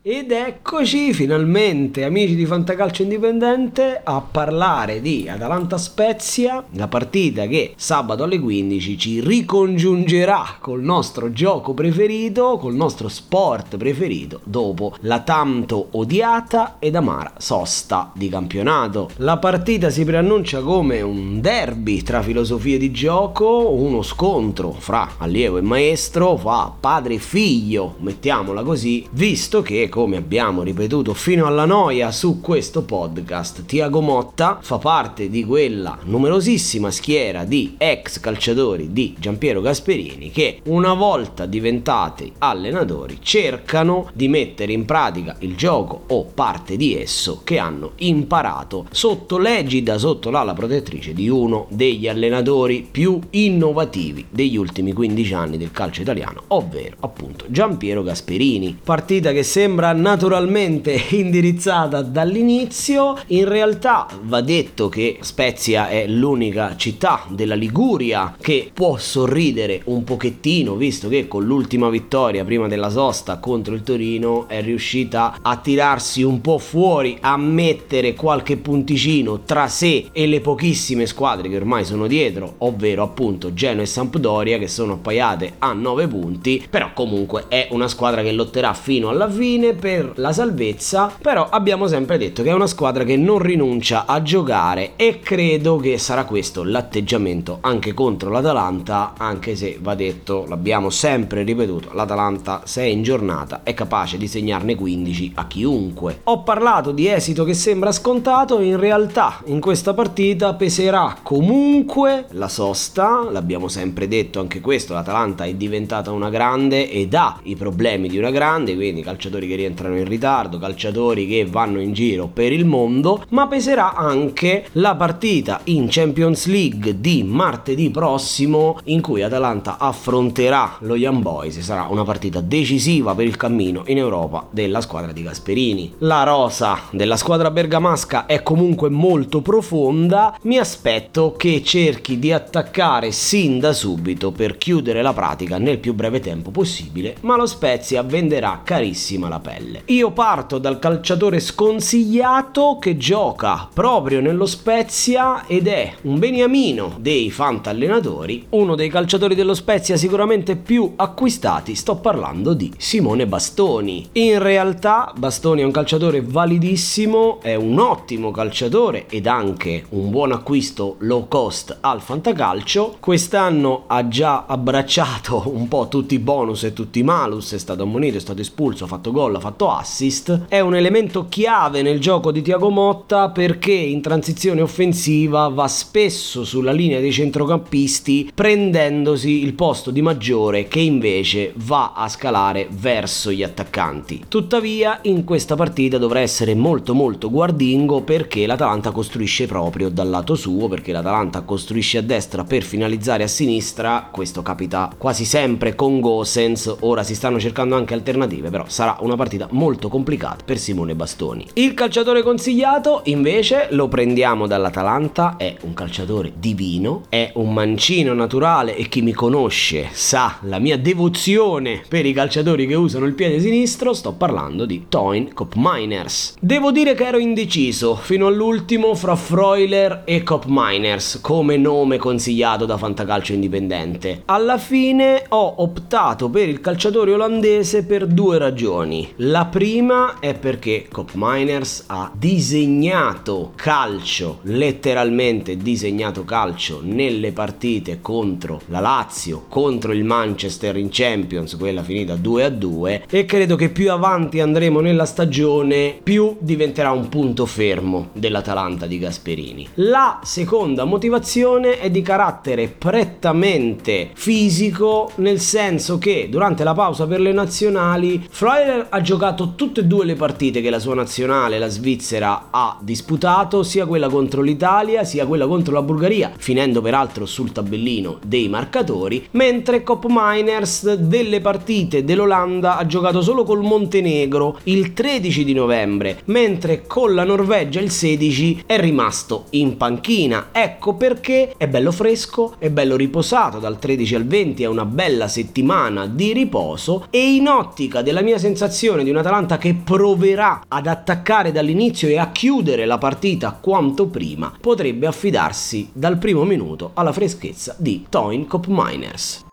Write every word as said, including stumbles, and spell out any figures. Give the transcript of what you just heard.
Ed eccoci finalmente, amici di Fantacalcio Indipendente, a parlare di Atalanta Spezia, la partita che sabato alle quindici ci ricongiungerà col nostro gioco preferito, col nostro sport preferito, dopo la tanto odiata ed amara sosta di campionato. La partita si preannuncia come un derby tra filosofie di gioco, uno scontro fra allievo e maestro, fra padre e figlio, mettiamola così, visto che, come abbiamo ripetuto fino alla noia su questo podcast, Thiago Motta fa parte di quella numerosissima schiera di ex calciatori di Giampiero Gasperini che, una volta diventati allenatori, cercano di mettere in pratica il gioco o parte di esso che hanno imparato sotto l'egida, sotto l'ala protettrice di uno degli allenatori più innovativi degli ultimi quindici anni del calcio italiano, ovvero appunto Giampiero Gasperini. Partita che sembra naturalmente indirizzata dall'inizio. In realtà va detto che Spezia è l'unica città della Liguria che può sorridere un pochettino, visto che con l'ultima vittoria prima della sosta contro il Torino è riuscita a tirarsi un po' fuori, a mettere qualche punticino tra sé e le pochissime squadre che ormai sono dietro, ovvero appunto Genoa e Sampdoria, che sono appaiate a nove punti. Però comunque è una squadra che lotterà fino alla fine per la salvezza. Però abbiamo sempre detto che è una squadra che non rinuncia a giocare, e credo che sarà questo l'atteggiamento anche contro l'Atalanta, anche se va detto, l'abbiamo sempre ripetuto, l'Atalanta se è in giornata è capace di segnarne quindici a chiunque. Ho parlato di esito che sembra scontato, in realtà in questa partita peserà comunque la sosta. L'abbiamo sempre detto anche questo, l'Atalanta è diventata una grande ed ha i problemi di una grande, quindi calciatori che rientrano in ritardo, calciatori che vanno in giro per il mondo, ma peserà anche la partita in Champions League di martedì prossimo, in cui Atalanta affronterà lo Young Boys. Sarà una partita decisiva per il cammino in Europa della squadra di Gasperini. La rosa della squadra bergamasca è comunque molto profonda. Mi aspetto che cerchi di attaccare sin da subito per chiudere la pratica nel più breve tempo possibile, ma lo Spezia venderà carissima la pelle. Io parto dal calciatore sconsigliato che gioca proprio nello Spezia ed è un beniamino dei fantallenatori, uno dei calciatori dello Spezia sicuramente più acquistati. Sto parlando di Simone Bastoni. In realtà Bastoni è un calciatore validissimo, è un ottimo calciatore ed anche un buon acquisto low cost al fantacalcio. Quest'anno ha già abbracciato un po' tutti i bonus e tutti i malus, è stato ammonito, è stato espulso, ha fatto gol, ha fatto assist. È un elemento chiave nel gioco di Thiago Motta perché in transizione offensiva va spesso sulla linea dei centrocampisti, prendendosi il posto di Maggiore, che invece va a scalare verso gli attaccanti. Tuttavia in questa partita dovrà essere molto molto guardingo, perché l'Atalanta costruisce proprio dal lato suo, perché l'Atalanta costruisce a destra per finalizzare a sinistra. Questo capita quasi sempre con Gosens, ora si stanno cercando anche alternative, però sarà una partita molto complicata per Simone Bastoni. Il calciatore consigliato invece lo prendiamo dall'Atalanta, è un calciatore divino, è un mancino naturale e chi mi conosce sa la mia devozione per i calciatori che usano il piede sinistro. Sto parlando di Toyn Koopmeiners. Devo dire che ero indeciso fino all'ultimo fra Freuler e Koopmeiners come nome consigliato da Fantacalcio Indipendente. Alla fine ho optato per il calciatore olandese per due ragioni. La prima è perché Koopmeiners ha disegnato calcio, letteralmente disegnato calcio, nelle partite contro la Lazio, contro il Manchester in Champions, quella finita due a due, e credo che più avanti andremo nella stagione più diventerà un punto fermo dell'Atalanta di Gasperini. La seconda motivazione è di carattere prettamente fisico, nel senso che durante la pausa per le nazionali Freuler ha giocato tutte e due le partite che la sua nazionale, la Svizzera, ha disputato, sia quella contro l'Italia sia quella contro la Bulgaria, finendo peraltro sul tabellino dei marcatori, mentre Koopmeiners delle partite dell'Olanda ha giocato solo col Montenegro il tredici di novembre, mentre con la Norvegia il sedici è rimasto in panchina. Ecco perché è bello fresco, è bello riposato, dal tredici al venti è una bella settimana di riposo, e in ottica della mia sensazione pressione di un Atalanta che proverà ad attaccare dall'inizio e a chiudere la partita quanto prima, potrebbe affidarsi dal primo minuto alla freschezza di Toin Koopmeiners.